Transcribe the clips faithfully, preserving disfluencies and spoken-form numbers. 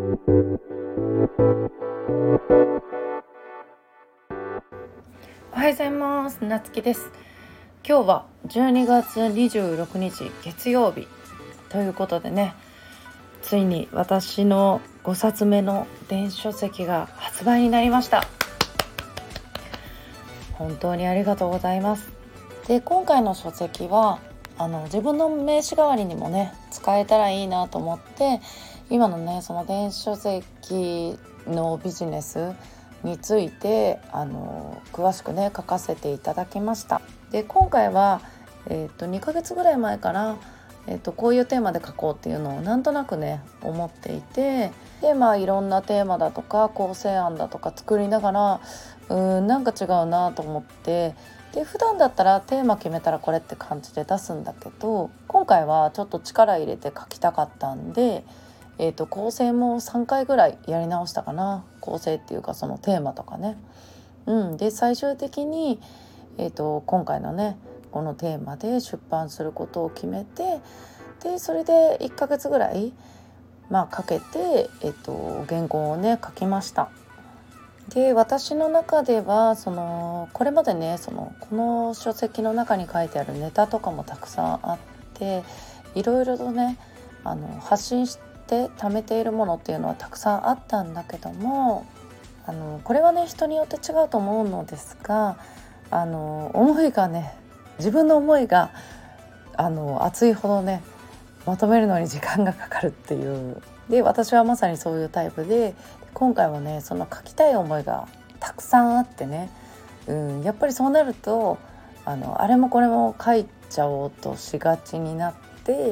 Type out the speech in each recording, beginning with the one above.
おはようございます。なつきです。今日はじゅうにがつにじゅうろくにち月曜日ということでね、ついに私のごさつめの電子書籍が発売になりました。本当にありがとうございます。で、今回の書籍はあの自分の名刺代わりにもね使えたらいいなと思って、今のねその電子書籍のビジネスについてあの詳しくね書かせていただきました。で、今回は、えー、とにかげつぐらい前から、えー、とこういうテーマで書こうっていうのをなんとなくね思っていて、でまあいろんなテーマだとか構成案だとか作りながら、うーんなんか違うなと思って、で普段だったらテーマ決めたらこれって感じで出すんだけど、今回はちょっと力入れて書きたかったんで、えー、と構成もさんかいぐらいやり直したかな。構成っていうかそのテーマとかね、うん、で最終的に、えー、と今回のねこのテーマで出版することを決めて、でそれでいっかげつぐらい、まあ、かけて、えー、と原稿をね書きました。で、私の中ではそのこれまでねそのこの書籍の中に書いてあるネタとかもたくさんあって、いろいろとねあの発信して貯めているものっていうのはたくさんあったんだけども、あのこれはね人によって違うと思うのですが、あの思いがね自分の思いがあの熱いほどねまとめるのに時間がかかるっていう。で、私はまさにそういうタイプで、今回もねその書きたい思いがたくさんあってね、うん、やっぱりそうなるとあのあれもこれも書いちゃおうとしがちになって、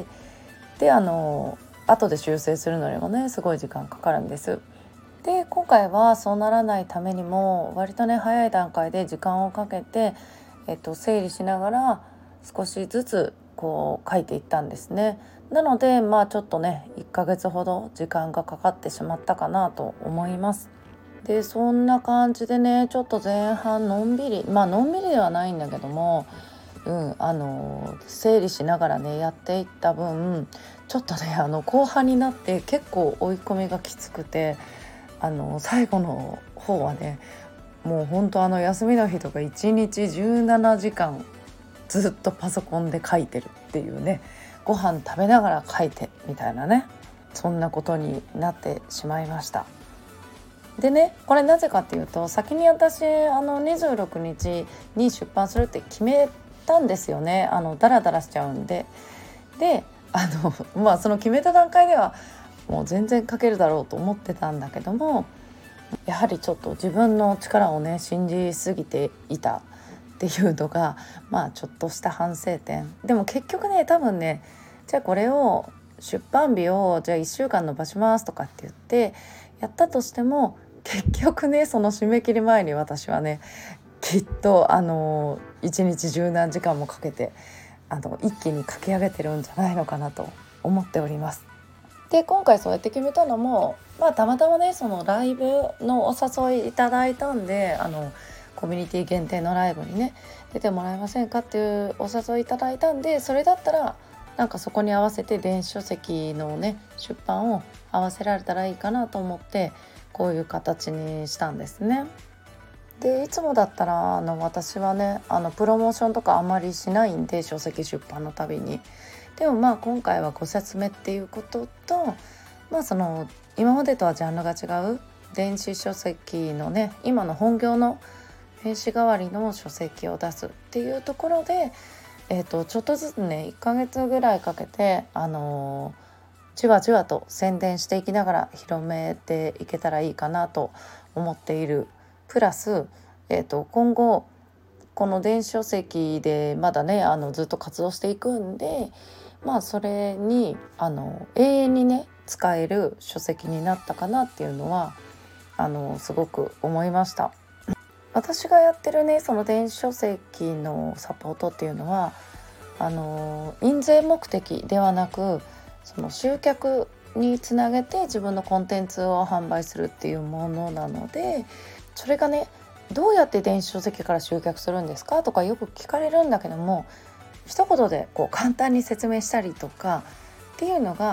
であの後で修正するのにもねすごい時間かかるんです。で、今回はそうならないためにも割とね早い段階で時間をかけて、えっと、整理しながら少しずつこう書いていったんですね。なのでまあちょっとねいっかげつほど時間がかかってしまったかなと思います。で、そんな感じでねちょっと前半のんびり、まあのんびりではないんだけども、うん、あの整理しながらねやっていった分、ちょっとねあの後半になって結構追い込みがきつくて、あの最後の方はねもう本当あの休みの日とかいちにちじゅうななじかんずっとパソコンで書いてるっていうね、ご飯食べながら書いてみたいなね、そんなことになってしまいました。でね、これなぜかっていうと、先に私あのにじゅうろくにちに出版するって決めたんですよね。あのダラダラしちゃうんで。で、あのまあその決めた段階ではもう全然書けるだろうと思ってたんだけども、やはりちょっと自分の力をね信じすぎていたっていうのがまあちょっとした反省点でも、結局ね多分ね、じゃあこれを出版日をじゃあいっしゅうかん延ばしますとかって言ってやったとしても、結局ねその締め切り前に私はねきっとあの一日十何時間もかけてあの一気に書き上げてるんじゃないのかなと思っております。で、今回そうやって決めたのも、まあたまたまねそのライブのお誘いいただいたんで、あのコミュニティ限定のライブにね出てもらえませんかっていうお誘いいただいたんで、それだったらなんかそこに合わせて電子書籍のね出版を合わせられたらいいかなと思って、こういう形にしたんですね。で、いつもだったらあの私はねあのプロモーションとかあまりしないんで、書籍出版のたびに。でもまあ今回はご説明っていうことと、まあその今までとはジャンルが違う電子書籍のね今の本業の名刺代わりの書籍を出すっていうところで、えー、とちょっとずつねいっかげつぐらいかけて、あのー、じわじわと宣伝していきながら広めていけたらいいかなと思っている。プラス、えー、と今後この電子書籍でまだねあのずっと活動していくんで、まあそれにあの永遠にね使える書籍になったかなっていうのはあのすごく思いました。私がやってるねその電子書籍のサポートっていうのはあの印税目的ではなく、その集客につなげて自分のコンテンツを販売するっていうものなので、それがねどうやって電子書籍から集客するんですかとかよく聞かれるんだけども、一言でこう簡単に説明したりとかっていうのが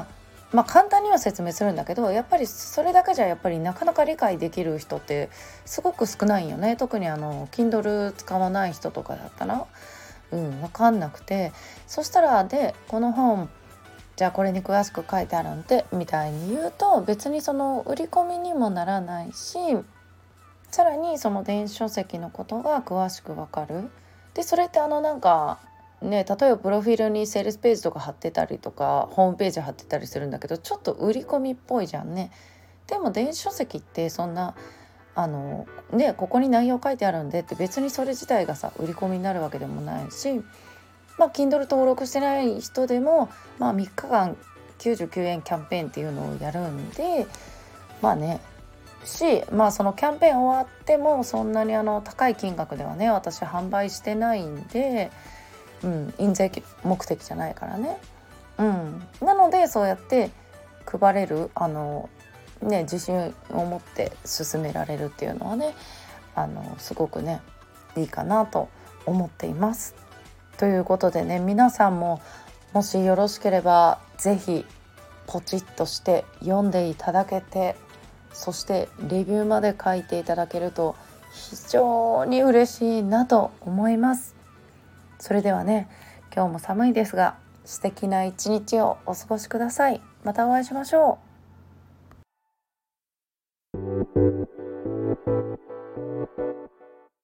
まあ簡単には説明するんだけど、やっぱりそれだけじゃやっぱりなかなか理解できる人ってすごく少ないよね。特にあの Kindle 使わない人とかだったら、うん、分かんなくて、そしたらでこの本じゃあこれに詳しく書いてあるんでみたいに言うと、別にその売り込みにもならないし、さらにその電子書籍のことが詳しく分かる。でそれってあのなんかね、例えばプロフィールにセールスページとか貼ってたりとかホームページ貼ってたりするんだけど、ちょっと売り込みっぽいじゃんね。でも電子書籍ってそんなあのね、ここに内容書いてあるんでって別にそれ自体がさ売り込みになるわけでもないし、まあ Kindle 登録してない人でも、まあ、みっかかんきゅうじゅうきゅうえんキャンペーンっていうのをやるんで、まあねし、まあそのキャンペーン終わってもそんなにあの高い金額ではね私販売してないんで、うん、印税目的じゃないからね、うん、なのでそうやって配れるあのね自信を持って進められるっていうのはね、あのすごくねいいかなと思っています。ということでね、皆さんももしよろしければぜひポチッとして読んでいただけて、そしてレビューまで書いていただけると非常に嬉しいなと思います。それではね、今日も寒いですが素敵な一日をお過ごしください。またお会いしましょう。